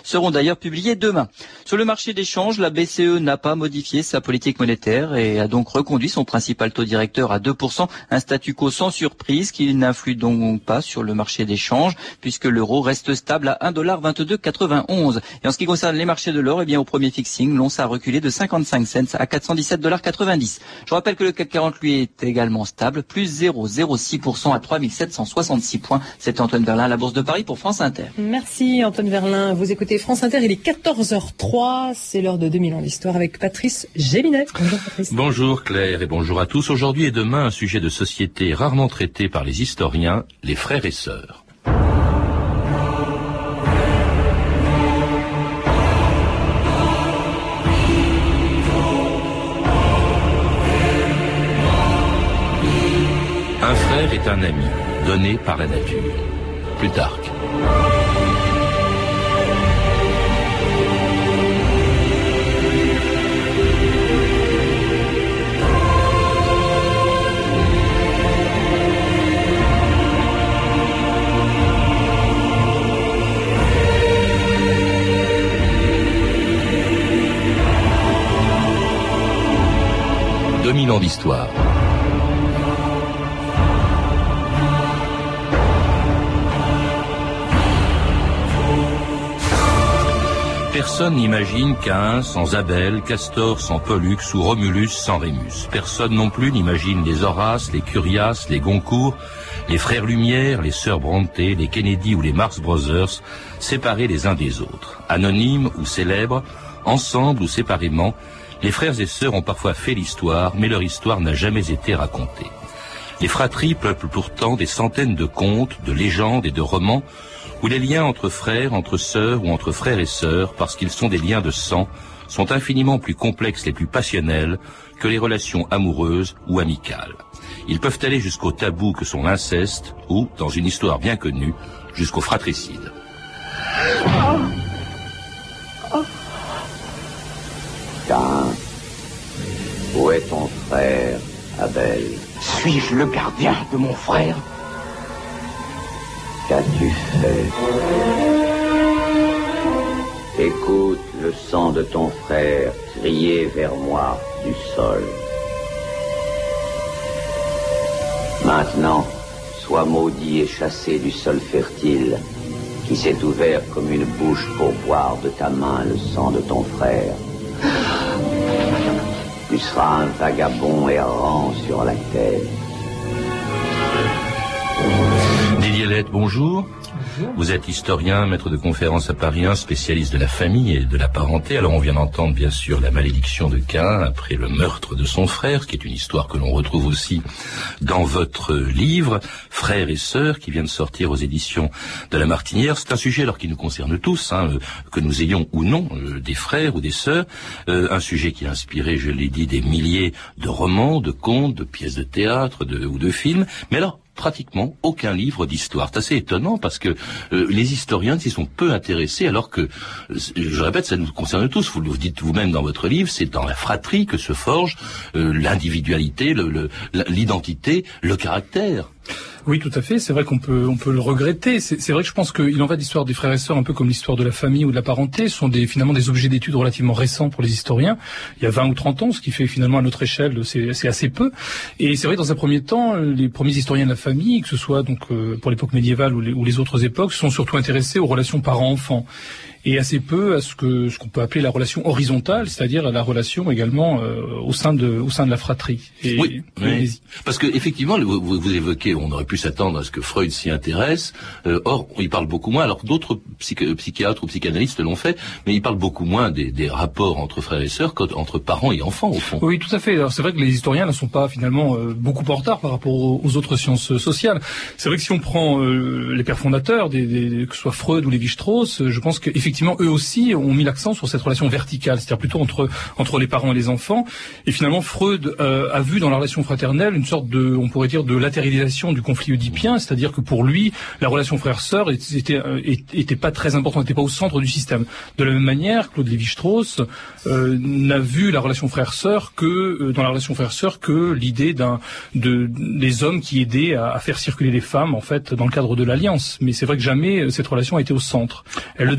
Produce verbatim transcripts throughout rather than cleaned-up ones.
seront d'ailleurs publiés demain. Sur le marché des changes, la B C E n'a pas modifié sa politique monétaire et a donc reconduit son principal taux directeur à deux pour cent, un statu quo sans surprise qui n'influe donc pas sur le marché des changes puisque l'euro reste stable à un virgule vingt-deux quatre-vingt-onze. Et en ce qui concerne les marchés de l'or, eh bien au premier fixing, l'once a reculé de cinquante-cinq cents à quatre cent dix-sept virgule quatre-vingt-dix. Je rappelle que le C A C quarante lui est également stable, plus zéro virgule zéro six pour cent à trois mille sept cent soixante-six points. C'est Antoine Verlin à la Bourse de Paris pour France Inter. Merci Antoine Verlin. Vous écoutez France Inter, il est quatorze heures trois, c'est l'heure de deux mille ans d'histoire avec Patrice Gélinet. Bonjour Patrice. Bonjour Claire et bonjour à tous. Aujourd'hui et demain, un sujet de société rarement traité par les historiens, les frères et sœurs. Un frère est un ami, donné par la nature. Plutarque. deux mille ans d'histoire. Personne n'imagine Caïn sans Abel, Castor sans Pollux ou Romulus sans Rémus. Personne non plus n'imagine les Horace, les Curias, les Goncourt, les frères Lumière, les sœurs Brontë, les Kennedy ou les Marx Brothers, séparés les uns des autres. Anonymes ou célèbres, ensemble ou séparément, les frères et sœurs ont parfois fait l'histoire, mais leur histoire n'a jamais été racontée. Les fratries peuplent pourtant des centaines de contes, de légendes et de romans où les liens entre frères, entre sœurs ou entre frères et sœurs, parce qu'ils sont des liens de sang, sont infiniment plus complexes et plus passionnels que les relations amoureuses ou amicales. Ils peuvent aller jusqu'au tabou que sont l'inceste ou, dans une histoire bien connue, jusqu'au fratricide. Oh. Oh. Caïn, où est ton frère, Abel? Suis-je le gardien de mon frère? Qu'as-tu fait? Écoute le sang de ton frère crier vers moi du sol. Maintenant, sois maudit et chassé du sol fertile qui s'est ouvert comme une bouche pour boire de ta main le sang de ton frère. Tu seras un vagabond errant sur la terre. Didier Lett, bonjour. Bonjour. Vous êtes historien, maître de conférences à Paris un, spécialiste de la famille et de la parenté. Alors on vient d'entendre bien sûr la malédiction de Caïn après le meurtre de son frère, qui est une histoire que l'on retrouve aussi dans votre livre, Frères et Sœurs, qui vient de sortir aux éditions de La Martinière. C'est un sujet alors qui nous concerne tous, hein, que nous ayons ou non euh, des frères ou des sœurs, euh, un sujet qui a inspiré, je l'ai dit, des milliers de romans, de contes, de pièces de théâtre de, ou de films. Mais alors, pratiquement aucun livre d'histoire. C'est assez étonnant parce que euh, les historiens s'y sont peu intéressés alors que, euh, je répète, ça nous concerne tous. Vous le dites vous-même dans votre livre, c'est dans la fratrie que se forge euh, l'individualité, le, le, l'identité, le caractère. Oui, tout à fait. C'est vrai qu'on peut, on peut le regretter. C'est, c'est vrai que je pense qu'il en va de l'histoire des frères et sœurs un peu comme l'histoire de la famille ou de la parenté. Ce sont des, finalement des objets d'études relativement récents pour les historiens. Il y a vingt ou trente ans, ce qui fait finalement à notre échelle, c'est, c'est assez peu. Et c'est vrai que dans un premier temps, les premiers historiens de la famille, que ce soit donc euh, pour l'époque médiévale ou les, ou les autres époques, sont surtout intéressés aux relations parents-enfants. Et assez peu à ce que ce qu'on peut appeler la relation horizontale, c'est-à-dire la relation également euh, au sein de au sein de la fratrie. Et, oui, oui. Parce que effectivement, vous, vous évoquez, on aurait pu s'attendre à ce que Freud s'y intéresse. Euh, or, il parle beaucoup moins. Alors d'autres psychi- psychiatres ou psychanalystes l'ont fait, mais il parle beaucoup moins des, des rapports entre frères et sœurs qu'entre parents et enfants au fond. Oui, tout à fait. Alors c'est vrai que les historiens ne sont pas finalement euh, beaucoup en retard par rapport aux, aux autres sciences sociales. C'est vrai que si on prend euh, les pères fondateurs, des, des, que ce soit Freud ou Lévi-Strauss, je pense qu'effectivement Effectivement, eux aussi ont mis l'accent sur cette relation verticale, c'est-à-dire plutôt entre entre les parents et les enfants. Et finalement, Freud euh, a vu dans la relation fraternelle une sorte de, on pourrait dire, de latéralisation du conflit oedipien, c'est-à-dire que pour lui, la relation frère-sœur était, était, était pas très importante, n'était pas au centre du système. De la même manière, Claude Lévi-Strauss euh, n'a vu la relation frère-sœur que euh, dans la relation frère-sœur que l'idée d'un de des hommes qui aidaient à, à faire circuler les femmes en fait dans le cadre de l'alliance. Mais c'est vrai que jamais cette relation a été au centre. Elle le devient.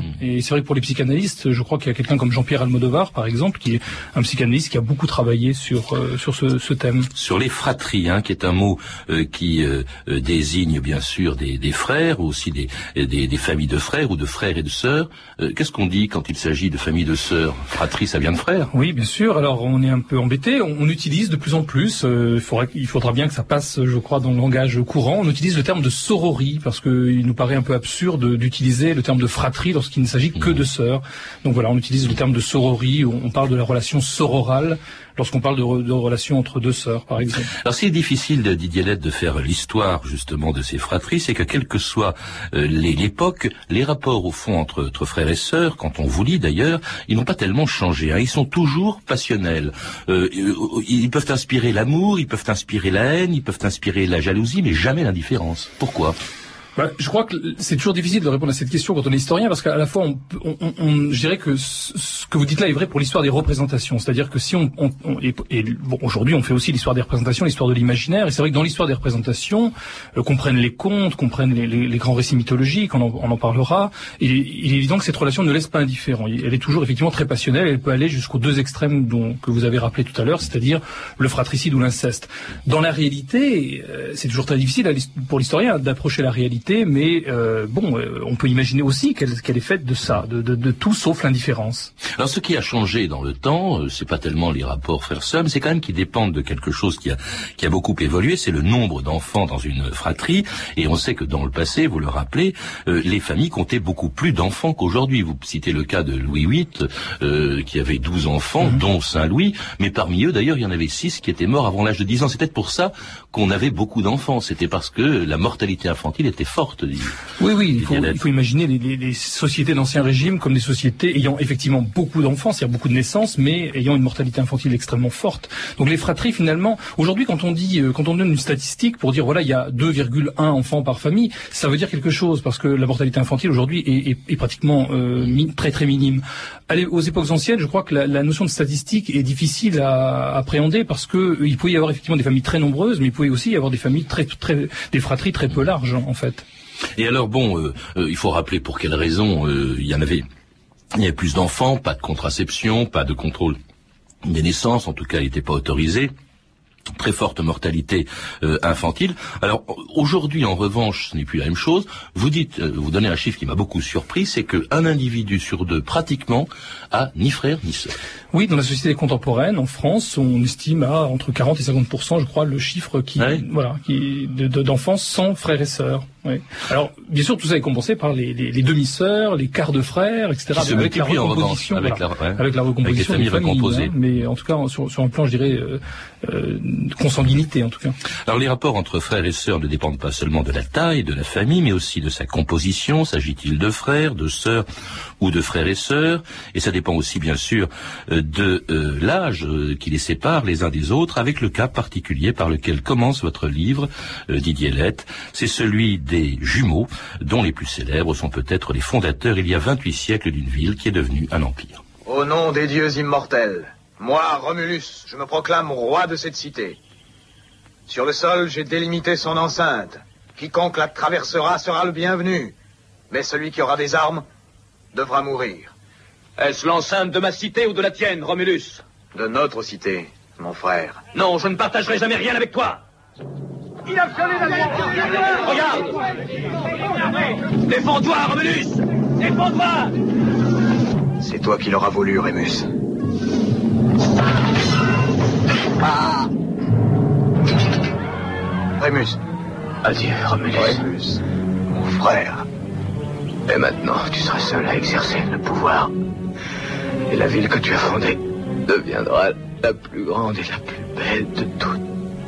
Et c'est vrai que pour les psychanalystes, je crois qu'il y a quelqu'un comme Jean-Pierre Almodovar, par exemple, qui est un psychanalyste qui a beaucoup travaillé sur euh, sur ce, ce thème. Sur les fratries, hein, qui est un mot euh, qui euh, euh, désigne bien sûr des, des frères, ou aussi des, des, des familles de frères ou de frères et de sœurs. Euh, qu'est-ce qu'on dit quand il s'agit de familles de sœurs? Fratrie, ça vient de frères. Oui, bien sûr. Alors on est un peu embêté. On, on utilise de plus en plus. Euh, il faudra, il faudra bien que ça passe, je crois, dans le langage courant. On utilise le terme de sororie parce que il nous paraît un peu absurde d'utiliser le terme de fratrie lorsqu'il ne s'agit que de sœurs. Donc voilà, on utilise le terme de sororie. On parle de la relation sororale lorsqu'on parle de, re, de relation entre deux sœurs, par exemple. Alors, ce qui est difficile, de Didier Lett, de faire l'histoire, justement, de ces fratries, c'est que, quelle que soit euh, les, l'époque, les rapports, au fond, entre, entre frères et sœurs, quand on vous lit, d'ailleurs, ils n'ont pas tellement changé. Hein. Ils sont toujours passionnels. Euh, ils peuvent inspirer l'amour, ils peuvent inspirer la haine, ils peuvent inspirer la jalousie, mais jamais l'indifférence. Pourquoi ? Bah, je crois que c'est toujours difficile de répondre à cette question quand on est historien, parce qu'à la fois, on, on, on, je dirais que ce que vous dites là est vrai pour l'histoire des représentations. C'est-à-dire que si on, on, on et, et bon, aujourd'hui, on fait aussi l'histoire des représentations, l'histoire de l'imaginaire, et c'est vrai que dans l'histoire des représentations, euh, qu'on prenne les contes, qu'on prenne les, les, les grands récits mythologiques, on en, on en parlera. Et il est évident que cette relation ne laisse pas indifférent. Elle est toujours effectivement très passionnelle. Elle peut aller jusqu'aux deux extrêmes dont que vous avez rappelé tout à l'heure, c'est-à-dire le fratricide ou l'inceste. Dans la réalité, euh, c'est toujours très difficile à, pour l'historien d'approcher la réalité. Mais euh, bon, euh, on peut imaginer aussi qu'elle, qu'elle est faite de ça, de, de, de tout sauf l'indifférence. Alors, ce qui a changé dans le temps, euh, c'est pas tellement les rapports frères-sœurs, mais c'est quand même qu'ils dépendent de quelque chose qui a, qui a beaucoup évolué, c'est le nombre d'enfants dans une fratrie. Et on sait que dans le passé, vous le rappelez, euh, les familles comptaient beaucoup plus d'enfants qu'aujourd'hui. Vous citez le cas de Louis huit, euh, qui avait douze enfants, mmh. dont Saint-Louis, mais parmi eux, d'ailleurs, il y en avait six qui étaient morts avant l'âge de dix ans. C'est peut-être pour ça qu'on avait beaucoup d'enfants. C'était parce que la mortalité infantile était forte. Oui, oui, il faut, il faut imaginer les, les, les sociétés d'Ancien Régime comme des sociétés ayant effectivement beaucoup d'enfants, c'est-à-dire beaucoup de naissances, mais ayant une mortalité infantile extrêmement forte. Donc les fratries, finalement, aujourd'hui, quand on dit, quand on donne une statistique pour dire, voilà, il y a deux virgule un enfants par famille, ça veut dire quelque chose, parce que la mortalité infantile aujourd'hui est, est, est pratiquement euh, mi, très très minime. Allez, aux époques anciennes, je crois que la, la notion de statistique est difficile à, à appréhender, parce que euh, il pouvait y avoir effectivement des familles très nombreuses, mais il pouvait aussi y avoir des familles très, très, des fratries très peu larges, en fait. Et alors bon, euh, euh, il faut rappeler pour quelles raisons euh, il y en avait, il y avait plus d'enfants, pas de contraception, pas de contrôle des naissances, en tout cas il n'était pas autorisé. Très forte mortalité euh, infantile. Alors aujourd'hui, en revanche, ce n'est plus la même chose. Vous dites, euh, vous donnez un chiffre qui m'a beaucoup surpris, c'est que un individu sur deux, pratiquement, a ni frère ni sœur. Oui, dans la société contemporaine, en France, on estime à entre quarante et cinquante pour cent, je crois, le chiffre qui, ouais. voilà, qui de, de, d'enfants sans frères et sœurs. Oui. Alors, bien sûr, tout ça est compensé par les, les, les demi-sœurs, les quarts de frères, et cetera. Qui se avec la recomposition, avec, voilà, la, ouais. avec la recomposition avec les familles recomposées. Hein, mais en tout cas, sur, sur un plan, je dirais, euh, euh, consanguinité, en tout cas. Alors, les rapports entre frères et sœurs ne dépendent pas seulement de la taille de la famille, mais aussi de sa composition. S'agit-il de frères, de sœurs ou de frères et sœurs? Et ça dépend aussi, bien sûr, de euh, l'âge euh, qui les sépare les uns des autres, avec le cas particulier par lequel commence votre livre, euh, Didier Lett. C'est celui des jumeaux, dont les plus célèbres sont peut-être les fondateurs il y a vingt-huit siècles d'une ville qui est devenue un empire. Au nom des dieux immortels, moi, Romulus, je me proclame roi de cette cité. Sur le sol, j'ai délimité son enceinte. Quiconque la traversera sera le bienvenu. Mais celui qui aura des armes devra mourir. Est-ce l'enceinte de ma cité ou de la tienne, Romulus? De notre cité, mon frère. Non, je ne partagerai jamais rien avec toi. Il a violé la loi. Regarde. Défends-toi, Romulus. Défends-toi. C'est toi qui l'auras voulu, Rémus. Ah. Rémus. Adieu, Romulus. Rémus, mon frère. Et maintenant, tu seras seul à exercer le pouvoir. Et la ville que tu as fondée deviendra la plus grande et la plus belle de toutes.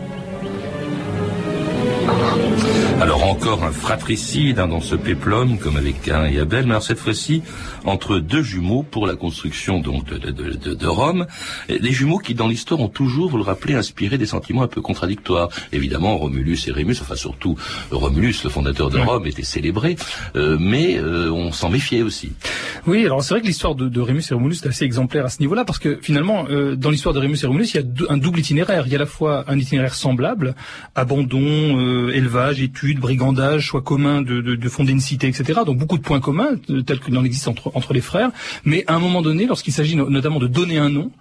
Alors encore un fratricide hein, dans ce péplum, comme avec Caïn et Abel, mais alors cette fois-ci entre deux jumeaux pour la construction donc de, de, de, de Rome. Des jumeaux qui dans l'histoire ont toujours, vous le rappelez, inspiré des sentiments un peu contradictoires. Évidemment, Romulus et Rémus, enfin surtout Romulus, le fondateur de Rome, était célébré, euh, mais euh, on s'en méfiait aussi. Oui, alors c'est vrai que l'histoire de, de Rémus et Romulus est assez exemplaire à ce niveau-là, parce que finalement, euh, dans l'histoire de Rémus et Romulus, il y a deux, un double itinéraire. Il y a à la fois un itinéraire semblable, abandon, euh, élevage, études, but, brigandage, choix commun de, de, de fonder une cité, et cetera. Donc beaucoup de points communs, tels qu'il en existe entre, entre les frères. Mais à un moment donné, lorsqu'il s'agit no- notamment de donner un nom,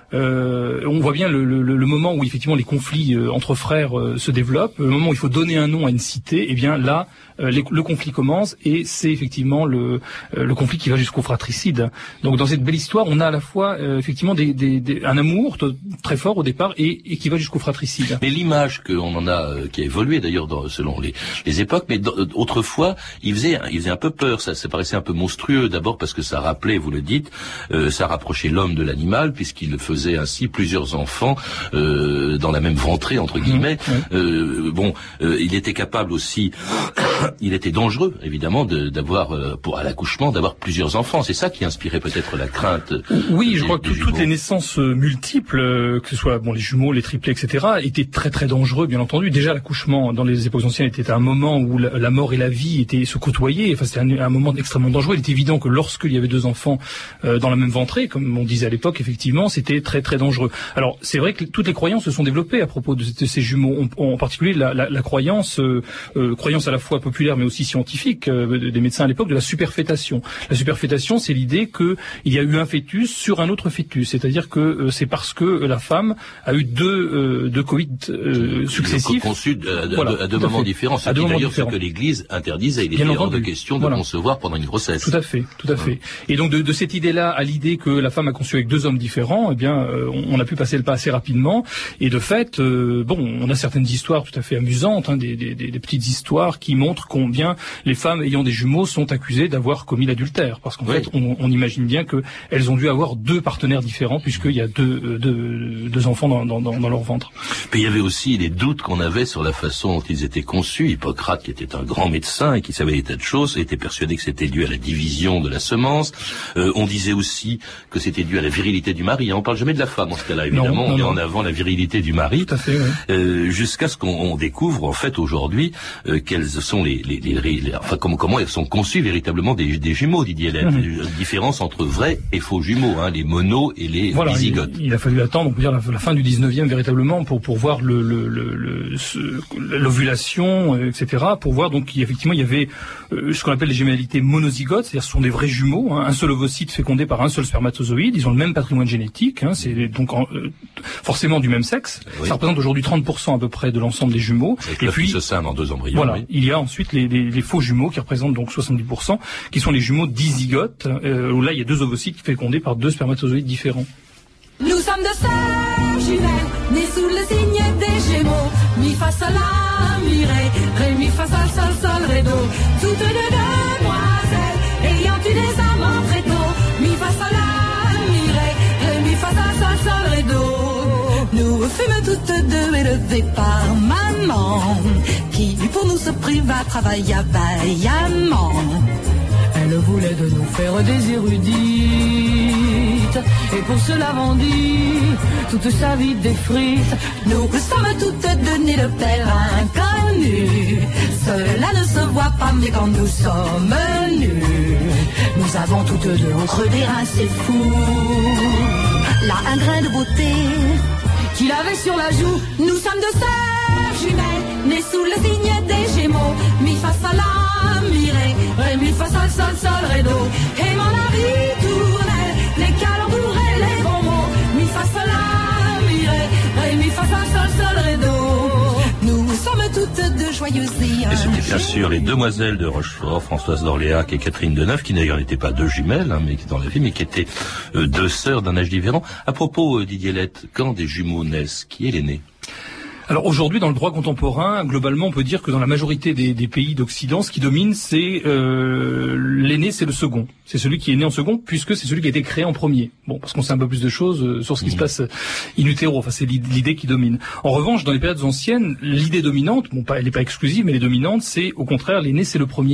euh, on voit bien le, le, le moment où effectivement les conflits euh, entre frères euh, se développent. Le moment où il faut donner un nom à une cité, eh bien là, euh, les, le conflit commence et c'est effectivement le, euh, le conflit qui va jusqu'au fratricide. Donc dans cette belle histoire, on a à la fois euh, effectivement des, des, des, un amour t- très fort au départ et, et qui va jusqu'au fratricide. Mais l'image qu'on en a, euh, qui a évolué d'ailleurs dans, selon les, les époques, mais dans, autrefois, il faisait, il faisait un peu peur. Ça, ça paraissait un peu monstrueux. D'abord parce que ça rappelait, vous le dites, euh, ça rapprochait l'homme de l'animal puisqu'il faisait ainsi plusieurs enfants euh, dans la même ventrée entre guillemets. Mmh, oui. euh, bon, euh, il était capable aussi, il était dangereux évidemment de, d'avoir euh, pour à l'accouchement d'avoir plusieurs enfants. C'est ça qui inspirait peut-être la crainte. Oui, des, je crois que tout, toutes les naissances multiples, euh, que ce soit bon les jumeaux, les triplés, et cetera, étaient très très dangereux, bien entendu. Déjà l'accouchement dans les époques anciennes était un moment où la, la mort et la vie étaient se côtoyaient. Enfin, c'était un, un moment extrêmement dangereux. Il est évident que lorsqu'il y avait deux enfants euh, dans la même ventrée, comme on disait à l'époque, effectivement, c'était très très dangereux. Alors c'est vrai que toutes les croyances se sont développées à propos de, de ces jumeaux. On, en particulier la, la, la croyance, euh, euh, croyance à la fois populaire mais aussi scientifique euh, des médecins à l'époque de la superfétation. La superfétation, c'est l'idée que il y a eu un fœtus sur un autre fœtus, c'est-à-dire que euh, c'est parce que la femme a eu deux euh, deux Covid euh, successifs, conçus à, voilà, à, à deux moments différents. C'est d'ailleurs ce que l'Église interdisait. Il était hors de question de voilà. concevoir pendant une grossesse. Tout à fait, tout à fait. Et donc de, de cette idée-là à l'idée que la femme a conçu avec deux hommes différents, eh bien, euh, on, on a pu passer le pas assez rapidement. Et de fait, euh, bon, on a certaines histoires tout à fait amusantes, hein, des, des, des, des petites histoires qui montrent combien les femmes ayant des jumeaux sont accusées d'avoir commis l'adultère, parce qu'en oui. fait, on, on imagine bien que elles ont dû avoir deux partenaires différents, puisqu'il y a deux, euh, deux, deux enfants dans, dans, dans leur ventre. Mais il y avait aussi les doutes qu'on avait sur la façon dont ils étaient conçus. Hippocrate, qui était un grand médecin et qui savait des tas de choses, était persuadé que c'était dû à la division de la semence. Euh, on disait aussi que c'était dû à la virilité du mari. On parle jamais de la femme en ce cas-là, évidemment. Non, non, on met non. en avant la virilité du mari. Tout à fait, oui. euh, jusqu'à ce qu'on on découvre, en fait, aujourd'hui, euh, quelles sont les, les, les, les, les enfin, comment, comment elles sont conçues véritablement des, des jumeaux, Didier Hélène. Mmh. La différence entre vrais et faux jumeaux, hein, les monos et les voilà, bizygotes. Il, il a fallu attendre, on peut dire, la, la fin du dix-neuvième véritablement pour, pour voir le, le, le, le, ce, l'ovulation, et cetera, pour voir donc qu'effectivement il y avait euh, ce qu'on appelle les gémellalités monozygotes, c'est-à-dire ce sont des vrais jumeaux, hein, un seul ovocyte fécondé par un seul spermatozoïde, ils ont le même patrimoine génétique, hein, c'est donc en, euh, forcément du même sexe. Oui. Ça représente aujourd'hui trente pour cent à peu près de l'ensemble des jumeaux. Avec et puis se scinde en deux embryons. Voilà, oui. il y a ensuite les, les, les faux jumeaux qui représentent donc soixante-dix pour cent, qui sont les jumeaux dizygotes, euh, où là il y a deux ovocytes fécondés par deux spermatozoïdes différents. Nous sommes deux sœurs jumelles, nées sous le signe des Gémeaux. Mi fa sol la mi ré, ré mi fa sol sol sol ré do. Toutes deux demoiselles, ayant eu des amants très tôt. Mi fa sol la mi ré, ré mi fa sol sol sol ré do. Nous fûmes toutes deux élevées par maman, qui pour nous se priva travailla vaillamment. Elle voulait de nous faire des érudites, et pour cela vendit toute sa vie des frites. Nous sommes toutes deux nées de père inconnu. Cela ne se voit pas, mais quand nous sommes nus, nous avons toutes deux entre des reins, c'est fou. Là, un grain de beauté qu'il avait sur la joue. Nous sommes deux sœurs jumelles, nées sous le signe des Gémeaux. Mi fa sol la mi ré, ré mi fa sol sol sol ré do. Et mon avis tournait, les calembours et les bons mots. Mi fa sol la mi ré, ré mi fa sol sol sol ré do. Nous sommes toutes deux joyeuses et Et c'était bien sûr les demoiselles de Rochefort, Françoise d'Orléac et Catherine Deneuve, qui d'ailleurs n'étaient pas deux jumelles, hein, mais qui dans la vie, mais qui étaient euh, deux sœurs d'un âge différent. À propos, euh, Didier Lett, quand des jumeaux naissent, qui est l'aîné ? Alors aujourd'hui, dans le droit contemporain, globalement, on peut dire que dans la majorité des, des pays d'Occident, ce qui domine, c'est euh, l'aîné, c'est le second. C'est celui qui est né en second, puisque c'est celui qui a été créé en premier. Bon, parce qu'on sait un peu plus de choses euh, sur ce qui mmh. se passe in utero. Enfin, c'est l'idée qui domine. En revanche, dans les périodes anciennes, l'idée dominante, bon, pas, elle n'est pas exclusive, mais elle est dominante, c'est au contraire, l'aîné, c'est le premier né.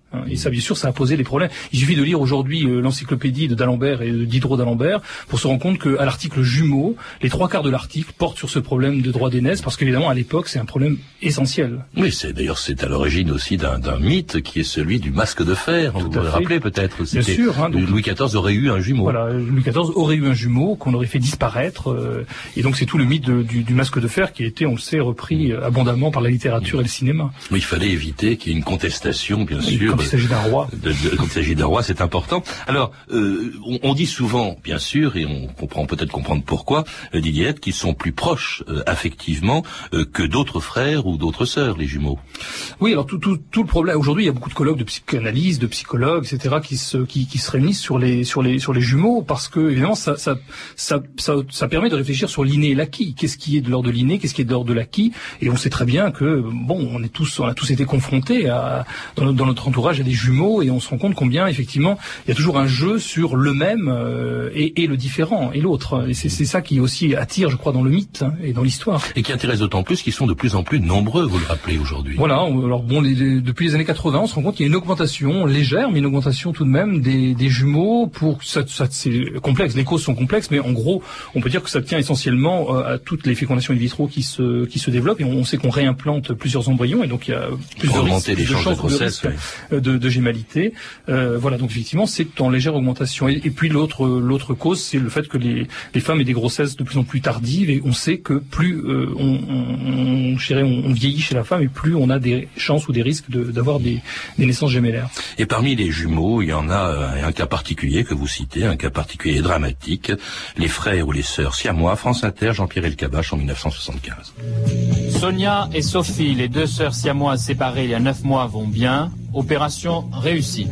Hein, et ça, bien sûr, ça a posé des problèmes. Il suffit de lire aujourd'hui euh, l'encyclopédie de d'Alembert et de Diderot d'Alembert pour se rendre compte qu'à l'article jumeaux, les trois quarts de l'article portent sur ce problème de droit d'aînesse, parce qu'évidemment, à l'époque, c'est un problème essentiel. Oui, c'est d'ailleurs c'est à l'origine aussi d'un, d'un mythe qui est celui du masque de fer. Tout vous vous le rappelez peut-être. Bien sûr. Hein, donc, Louis quatorze aurait eu un jumeau. Voilà, Louis quatorze aurait eu un jumeau qu'on aurait fait disparaître. Euh, et donc c'est tout le mythe de, du, du masque de fer qui a été, on le sait, repris euh, abondamment par la littérature et le cinéma. Oui, il fallait éviter qu'il y ait une contestation, bien et sûr. Quand il s'agit d'un roi. De, de, quand il s'agit d'un roi, c'est important. Alors, euh, on, on dit souvent, bien sûr, et on comprend peut-être comprendre pourquoi, euh, Didier, qu'ils sont plus proches euh, affectivement euh, que d'autres frères ou d'autres sœurs, les jumeaux. Oui, alors tout, tout, tout le problème. Aujourd'hui, il y a beaucoup de colloques de psychanalyse, de psychologues, et cetera, qui se, qui, qui se réunissent sur les, sur les, sur les jumeaux, parce que évidemment, ça, ça, ça, ça, ça permet de réfléchir sur l'inné et l'acquis. Qu'est-ce qui est de l'ordre de l'inné, qu'est-ce qui est de l'ordre de l'acquis. Et on sait très bien que bon, on est tous, on a tous été confrontés à, dans, notre, dans notre entourage à des jumeaux, et on se rend compte combien effectivement il y a toujours un jeu sur le même euh, et, et le différent et l'autre. Et c'est, c'est ça qui aussi attire, je crois, dans le mythe hein, et dans l'histoire. Et qui intéresse d'autant plus qu'ils sont de plus en plus nombreux, vous le rappelez aujourd'hui. Voilà. Alors bon, les, les, depuis les années quatre-vingts, on se rend compte qu'il y a une augmentation légère, mais une augmentation tout de même des, des jumeaux. Pour ça, ça c'est complexe. Les causes sont complexes, mais en gros, on peut dire que ça tient essentiellement euh, à toutes les fécondations in vitro qui se qui se développent. Et on, on sait qu'on réimplante plusieurs embryons, et donc il y a plus de risques, les chances de grossesse, de, oui. de, de gémellité. Euh, voilà. Donc effectivement, c'est en légère augmentation. Et, et puis l'autre l'autre cause, c'est le fait que les les femmes aient des grossesses de plus en plus tardives. Et on sait que plus euh, on, on, on, je dirais, on, on vieillit chez la femme, et plus on a des chances ou des risques de, d'avoir des, des naissances gémellaires. Et parmi les jumeaux, il y en a un cas particulier que vous citez, un cas particulier dramatique, les frères ou les sœurs siamois. France Inter, Jean-Pierre Elkabbach en dix-neuf cent soixante-quinze. Sonia et Sophie, les deux sœurs siamoises séparées il y a neuf mois, vont bien. Opération réussie.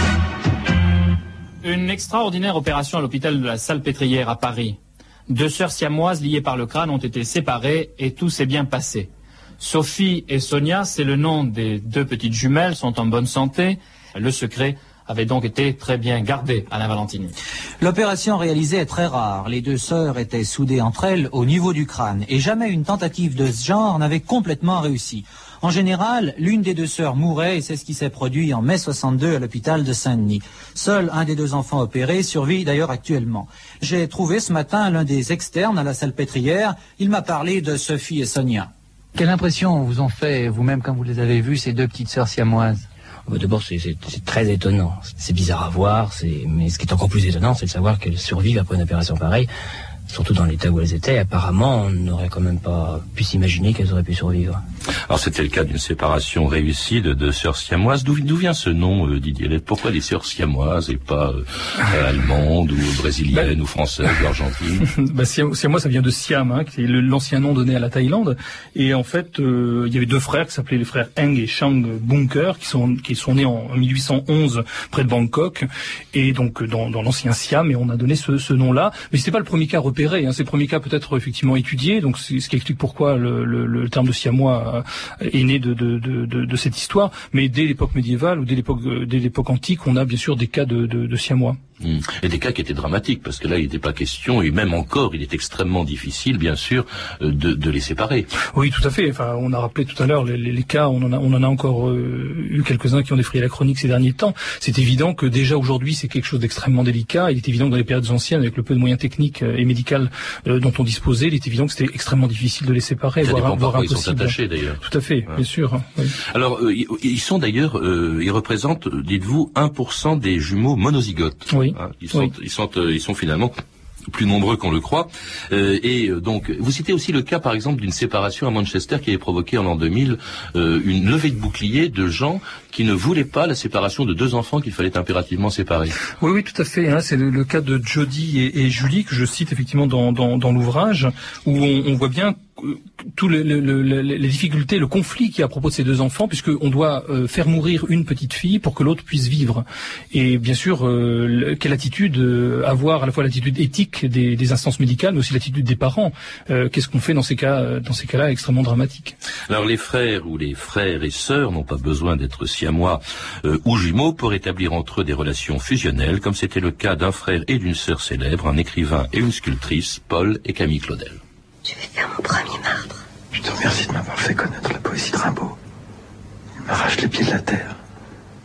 Une extraordinaire opération à l'hôpital de la Salpêtrière à Paris. Deux sœurs siamoises liées par le crâne ont été séparées et tout s'est bien passé. Sophie et Sonia, c'est le nom des deux petites jumelles, sont en bonne santé. Le secret avait donc été très bien gardé à la Valentini. L'opération réalisée est très rare. Les deux sœurs étaient soudées entre elles au niveau du crâne et jamais une tentative de ce genre n'avait complètement réussi. En général, l'une des deux sœurs mourait et c'est ce qui s'est produit en mai soixante-deux à l'hôpital de Saint-Denis. Seul un des deux enfants opérés survit d'ailleurs actuellement. J'ai trouvé ce matin l'un des externes à la Salpêtrière. Il m'a parlé de Sophie et Sonia. Quelle impression vous ont fait vous-même quand vous les avez vues, ces deux petites sœurs siamoises ? D'abord, c'est, c'est, c'est très étonnant. C'est bizarre à voir, c'est, mais ce qui est encore plus étonnant, c'est de savoir qu'elles survivent après une opération pareille. Surtout dans l'état où elles étaient, apparemment, on n'aurait quand même pas pu s'imaginer qu'elles auraient pu survivre. Alors c'était le cas d'une séparation réussie de deux sœurs siamoises. D'où, d'où vient ce nom, euh, Didier Lett ? Pourquoi les sœurs siamoises et pas euh, allemandes ou brésiliennes bah, ou françaises ou argentines ? bah, Siamois, ça vient de Siam, hein, qui est le, l'ancien nom donné à la Thaïlande. Et en fait, euh, il y avait deux frères qui s'appelaient les frères Eng et Chang Bunker, qui sont qui sont nés en mille huit cent onze près de Bangkok, et donc dans, dans l'ancien Siam. Et on a donné ce, ce nom-là. Mais c'était pas le premier cas repéré. Hein, c'est le premier cas peut-être effectivement étudié. Donc c'est ce qui explique pourquoi le, le, le terme de Siamois est né de, de, de, de, de cette histoire, mais dès l'époque médiévale ou dès l'époque, dès l'époque antique, on a bien sûr des cas de, de, de Siamois. Mmh. Et des cas qui étaient dramatiques, parce que là, il n'était pas question, et même encore, il est extrêmement difficile, bien sûr, de, de les séparer. Oui, tout à fait. Enfin, on a rappelé tout à l'heure les, les, les cas, on en a, on en a encore euh, eu quelques-uns qui ont défrayé la chronique ces derniers temps. C'est évident que déjà aujourd'hui, c'est quelque chose d'extrêmement délicat. Il est évident que dans les périodes anciennes, avec le peu de moyens techniques et médicaux euh, dont on disposait, il est évident que c'était extrêmement difficile de les séparer, Ça voire, voire impossible. Ils sont attachés d'ailleurs. Tout à fait, ouais. Bien sûr. Oui. Alors, euh, ils sont d'ailleurs, euh, ils représentent, dites-vous, un pour cent des jumeaux monozygotes. Oui. Hein, ils sont, oui. Ils sont, euh, ils sont finalement plus nombreux qu'on le croit. Euh, et euh, donc, vous citez aussi le cas, par exemple, d'une séparation à Manchester qui avait provoqué en l'an deux mille euh, une levée de bouclier de gens qui ne voulaient pas la séparation de deux enfants qu'il fallait impérativement séparer. Oui, oui, tout à fait. Hein, c'est le, le cas de Jody et, et Julie que je cite effectivement dans, dans, dans l'ouvrage, où on, on voit bien tous les, les, les, les difficultés, le conflit qu'il y a à propos de ces deux enfants, puisqu'on doit euh, faire mourir une petite fille pour que l'autre puisse vivre. Et bien sûr, euh, le, quelle attitude euh, avoir, à la fois l'attitude éthique des, des instances médicales, mais aussi l'attitude des parents. Euh, qu'est-ce qu'on fait dans ces cas, dans ces cas-là extrêmement dramatiques ? Alors les frères ou les frères et sœurs n'ont pas besoin d'être siamois euh, ou jumeaux pour établir entre eux des relations fusionnelles, comme c'était le cas d'un frère et d'une sœur célèbres, un écrivain et une sculptrice, Paul et Camille Claudel. Je vais faire mon premier marbre. Je te remercie de m'avoir fait connaître la poésie de Rimbaud. Il m'arrache les pieds de la terre.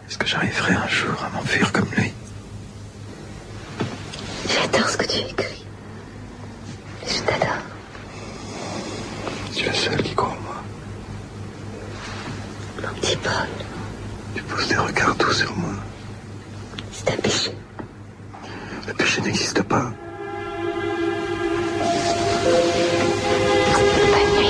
Est-ce que j'arriverai un jour à m'enfuir comme lui? J'adore ce que tu écris. Je t'adore. Tu es la seule qui croit en moi. Mon petit Paul. Tu poses des regards doux sur moi. C'est un péché. Le péché n'existe pas. Bonne nuit.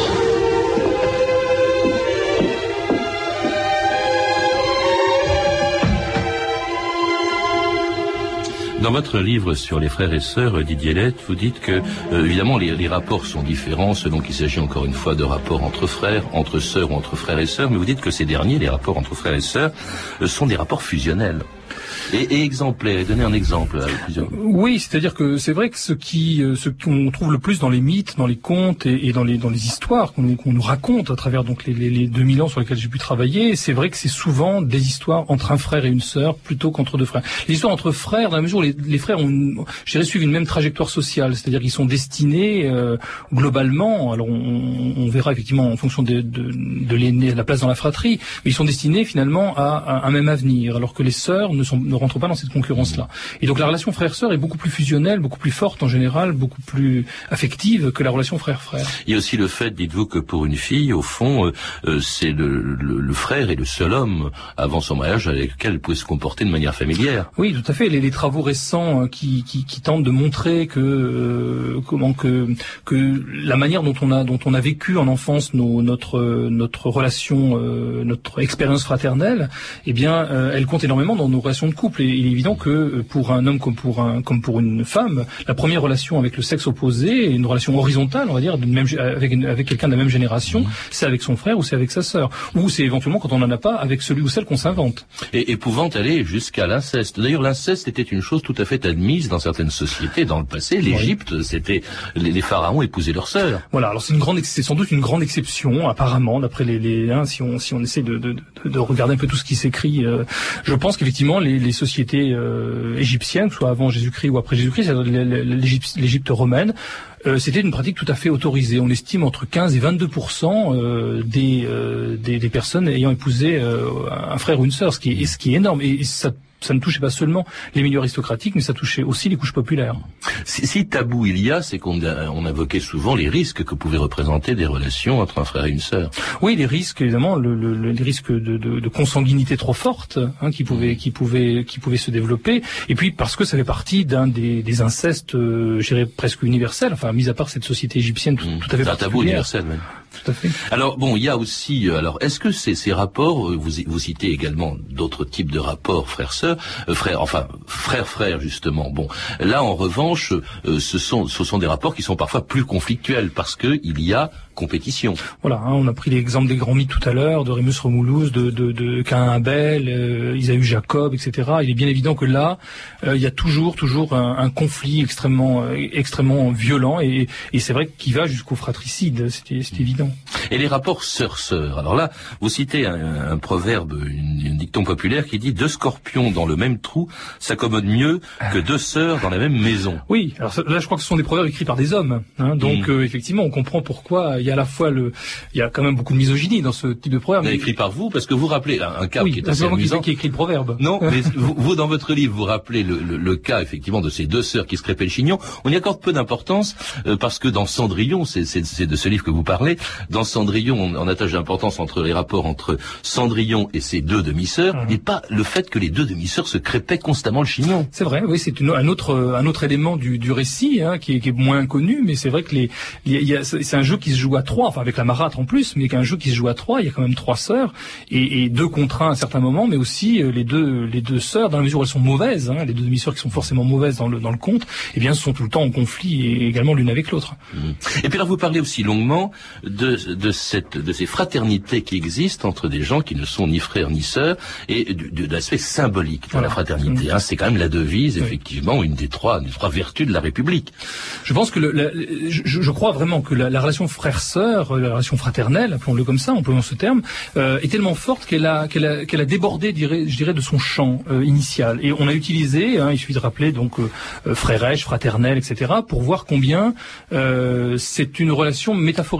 Dans votre livre sur les frères et sœurs, Didier Lett, vous dites que, euh, évidemment, les, les rapports sont différents selon qu'il s'agit encore une fois de rapports entre frères, entre sœurs ou entre frères et sœurs, mais vous dites que ces derniers, les rapports entre frères et sœurs, euh, sont des rapports fusionnels. Et, et exemplaire, donnez un exemple. Euh, oui, c'est-à-dire que c'est vrai que ce qui, euh, ce qu'on trouve le plus dans les mythes, dans les contes et, et dans les dans les histoires qu'on, qu'on nous raconte à travers donc les, les, les deux mille ans sur lesquels j'ai pu travailler, c'est vrai que c'est souvent des histoires entre un frère et une sœur plutôt qu'entre deux frères. Les histoires entre frères, dans la mesure où les, les frères ont, une, je dirais, suivent une même trajectoire sociale, c'est-à-dire qu'ils sont destinés euh, globalement. Alors on, on verra effectivement en fonction de, de, de l'aîné, de la place dans la fratrie, mais ils sont destinés finalement à, à un même avenir, alors que les sœurs ne sont ne rentrent pas dans cette concurrence-là. Et donc la relation frère-sœur est beaucoup plus fusionnelle, beaucoup plus forte en général, beaucoup plus affective que la relation frère-frère. Il y a aussi le fait, dites-vous, que pour une fille, au fond, euh, euh, c'est le, le, le frère et le seul homme avant son mariage avec lequel elle pouvait se comporter de manière familière. Oui, tout à fait. Les, les travaux récents euh, qui, qui, qui tentent de montrer que euh, comment que que la manière dont on a dont on a vécu en enfance nos, notre notre relation, euh, notre expérience fraternelle, eh bien, euh, elle compte énormément dans nos relations de couple. Et il est évident que pour un homme comme pour un comme pour une femme, la première relation avec le sexe opposé, une relation horizontale, on va dire, d'une même, avec une, avec quelqu'un de la même génération, mmh. c'est avec son frère ou c'est avec sa sœur, ou c'est éventuellement, quand on n'en a pas, avec celui ou celle qu'on s'invente. Et, et pouvant aller jusqu'à l'inceste. D'ailleurs, l'inceste était une chose tout à fait admise dans certaines sociétés dans le passé. L'Égypte, oui. c'était les, les pharaons épousaient leurs sœurs. Voilà. Alors c'est une grande, c'est sans doute une grande exception, apparemment, d'après les, les hein, si on si on essaie de, de, de, de regarder un peu tout ce qui s'écrit. Euh, je pense qu'effectivement les, les sociétés euh, égyptiennes, soit avant Jésus-Christ ou après Jésus-Christ, l'Égypte, l'Égypte romaine, euh, c'était une pratique tout à fait autorisée. On estime entre quinze et vingt-deux pour cent euh, des, euh, des des personnes ayant épousé euh, un frère ou une sœur, ce qui est ce qui est énorme. Et ça ça ne touchait pas seulement les milieux aristocratiques, mais ça touchait aussi les couches populaires. Si, si tabou il y a, c'est qu'on a, on invoquait souvent les risques que pouvaient représenter des relations entre un frère et une sœur. Oui, les risques, évidemment, le, le, les risques de, de, de consanguinité trop forte, hein, qui pouvaient, qui pouvaient, qui pouvaient se développer. Et puis parce que ça fait partie d'un des, des incestes, euh, je dirais presque universels. Enfin, mis à part cette société égyptienne tout, tout à fait particulière. C'est un tabou universel, même. Tout à fait. Alors bon, il y a aussi, alors est-ce que ces, ces rapports, vous, vous citez également d'autres types de rapports frères-sœurs, euh, frères, enfin frères-frères justement. Bon, là en revanche, euh, ce sont ce sont des rapports qui sont parfois plus conflictuels parce que il y a compétition. Voilà, hein, on a pris l'exemple des grands mythes tout à l'heure, de Rémus Romulus, de, de, de Caïn Abel, euh, Isaïe Jacob, et cetera. Il est bien évident que là, euh, il y a toujours, toujours un, un conflit extrêmement, euh, extrêmement violent, et, et c'est vrai qu'il va jusqu'au fratricide. C'est, c'est évident. Et les rapports sœur-sœur. Alors là, vous citez un, un proverbe, une, une dicton populaire qui dit deux scorpions dans le même trou s'accommodent mieux que deux sœurs dans la même maison. Oui. Alors là, je crois que ce sont des proverbes écrits par des hommes. Hein, donc mmh. euh, effectivement, on comprend pourquoi il y a à la fois le, il y a quand même beaucoup de misogynie dans ce type de proverbe. Mais écrit par vous, parce que vous rappelez un, un cas oui, qui est assez amusant. Qui, qui écrit le proverbe. Non, mais vous, vous, dans votre livre, vous rappelez le, le, le cas effectivement de ces deux sœurs qui se crêpaient le chignon. On y accorde peu d'importance euh, parce que dans Cendrillon, c'est, c'est, c'est de ce livre que vous parlez. Dans Cendrillon, on, on attache l'importance entre les rapports entre Cendrillon et ses deux demi-sœurs, mmh. et pas le fait que les deux demi-sœurs se crêpaient constamment le chignon. C'est vrai, oui, c'est une, un autre, un autre élément du, du récit hein, qui, est, qui est moins connu, mais c'est vrai que les, il y a, c'est un jeu qui se joue à trois, enfin avec la marâtre en plus, mais qu'un jeu qui se joue à trois, il y a quand même trois sœurs et, et deux contre un à certains moments, mais aussi euh, les deux, les deux sœurs dans la mesure où elles sont mauvaises, hein, les deux demi-sœurs qui sont forcément mauvaises dans le dans le conte, eh bien, sont tout le temps en conflit et également l'une avec l'autre. Mmh. Et puis là, vous parlez aussi longuement de de cette de ces fraternités qui existent entre des gens qui ne sont ni frères ni sœurs et de, de, de l'aspect symbolique de voilà. la fraternité. Mmh. Hein, c'est quand même la devise, oui. effectivement, une des trois, des trois vertus de la République. Je pense que le, la, je, je crois vraiment que la, la relation frère-sœur, la relation fraternelle, appelons-le comme ça, employons ce terme, euh, est tellement forte qu'elle a, qu'elle a, qu'elle a débordé, dirais, je dirais, de son champ euh, initial. Et on a utilisé, hein, il suffit de rappeler donc euh, frérèche, fraternelle, et cetera, pour voir combien euh, c'est une relation métaphorique, c'est une relation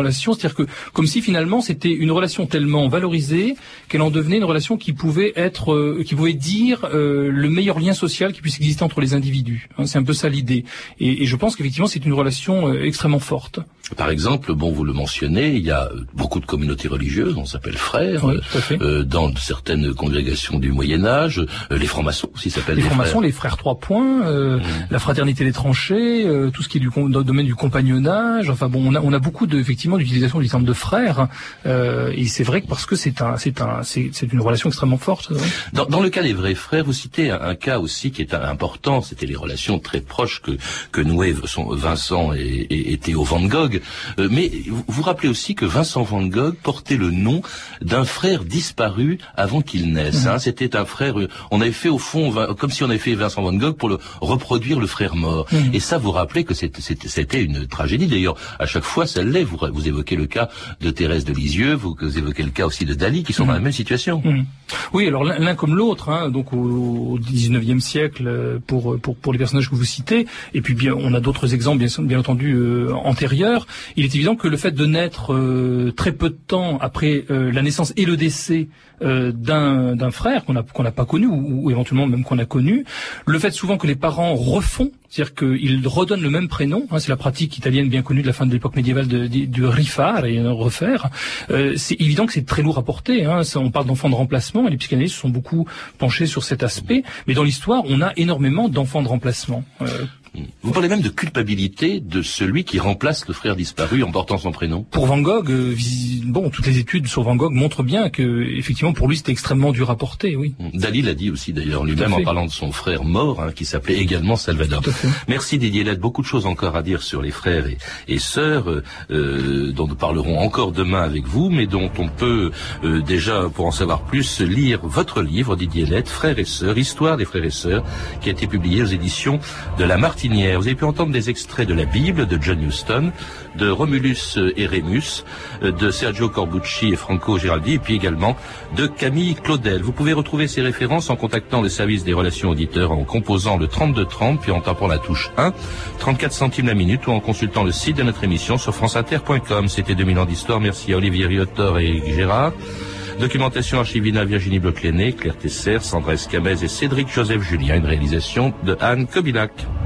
relation, c'est-à-dire que comme si finalement c'était une relation tellement valorisée qu'elle en devenait une relation qui pouvait être, euh, qui pouvait dire euh, le meilleur lien social qui puisse exister entre les individus. Hein, c'est un peu ça l'idée. Et, et je pense qu'effectivement c'est une relation euh, extrêmement forte. Par exemple, bon, vous le mentionnez, il y a beaucoup de communautés religieuses, on s'appelle frères, oui, tout à fait. Euh, dans certaines congrégations du Moyen-Âge, euh, les francs-maçons aussi s'appellent les les francs-maçons, frères. les frères trois points, euh, mmh. la fraternité des tranchées, euh, tout ce qui est du dans le domaine du compagnonnage. Enfin bon, on a on a beaucoup de effectivement d'utilisation du terme de frère, euh, et c'est vrai que parce que c'est un c'est un c'est c'est une relation extrêmement forte. Dans, dans le cas des vrais frères, vous citez un, un cas aussi qui est important, c'était les relations très proches que que nouaient Vincent et, et, et Théo Van Gogh. Euh, mais vous vous rappelez aussi que Vincent Van Gogh portait le nom d'un frère disparu avant qu'il naisse. Mmh. Hein. C'était un frère. On avait fait au fond comme si on avait fait Vincent Van Gogh pour le reproduire le frère mort. Mmh. Et ça, vous rappelez que c'était, c'était une tragédie. D'ailleurs, à chaque fois, ça l'est. Vous, vous évoquez le cas de Thérèse de Lisieux, vous, vous évoquez le cas aussi de Dali, qui sont mmh. dans la même situation. Mmh. Oui, alors l'un, l'un comme l'autre. Hein, donc au, au dix-neuvième siècle, pour pour pour les personnages que vous citez. Et puis bien, on a d'autres exemples, bien, bien entendu, euh, antérieurs. Il est évident que le fait de naître euh, très peu de temps après euh, la naissance et le décès euh, d'un, d'un frère qu'on a qu'on n'a pas connu ou, ou éventuellement même qu'on a connu, le fait souvent que les parents refont, c'est-à-dire qu'ils redonnent le même prénom, hein, c'est la pratique italienne bien connue de la fin de l'époque médiévale de, de, de rifare et de refaire, euh, c'est évident que c'est très lourd à porter. Hein, ça, on parle d'enfants de remplacement et les psychanalystes se sont beaucoup penchés sur cet aspect, mais dans l'histoire on a énormément d'enfants de remplacement. Euh, Vous parlez même de culpabilité de celui qui remplace le frère disparu en portant son prénom. Pour Van Gogh, euh, bon, toutes les études sur Van Gogh montrent bien que, effectivement, pour lui, c'était extrêmement dur à porter, oui. Dali l'a dit aussi, d'ailleurs, lui-même, en parlant de son frère mort, hein, qui s'appelait également Salvador. Merci Didier Lett. Beaucoup de choses encore à dire sur les frères et, et sœurs, euh, dont nous parlerons encore demain avec vous, mais dont on peut euh, déjà, pour en savoir plus, lire votre livre, Didier Lett, Frères et sœurs, Histoire des frères et sœurs, qui a été publié aux éditions de La Martinière. Vous avez pu entendre des extraits de la Bible de John Huston, de Romulus et Rémus, de Sergio Corbucci et Franco Giraldi, et puis également de Camille Claudel. Vous pouvez retrouver ces références en contactant le service des relations auditeurs en composant le trente-deux trente, puis en tapant la touche un, trente-quatre centimes la minute, ou en consultant le site de notre émission sur franceinter point com. C'était deux mille ans d'histoire. Merci à Olivier Riotor et Eric Gérard. Documentation archivina Virginie Bloch-Lenné, Claire Tesser, Sandra Escamez et Cédric Joseph Julien. Une réalisation de Anne Kobilac.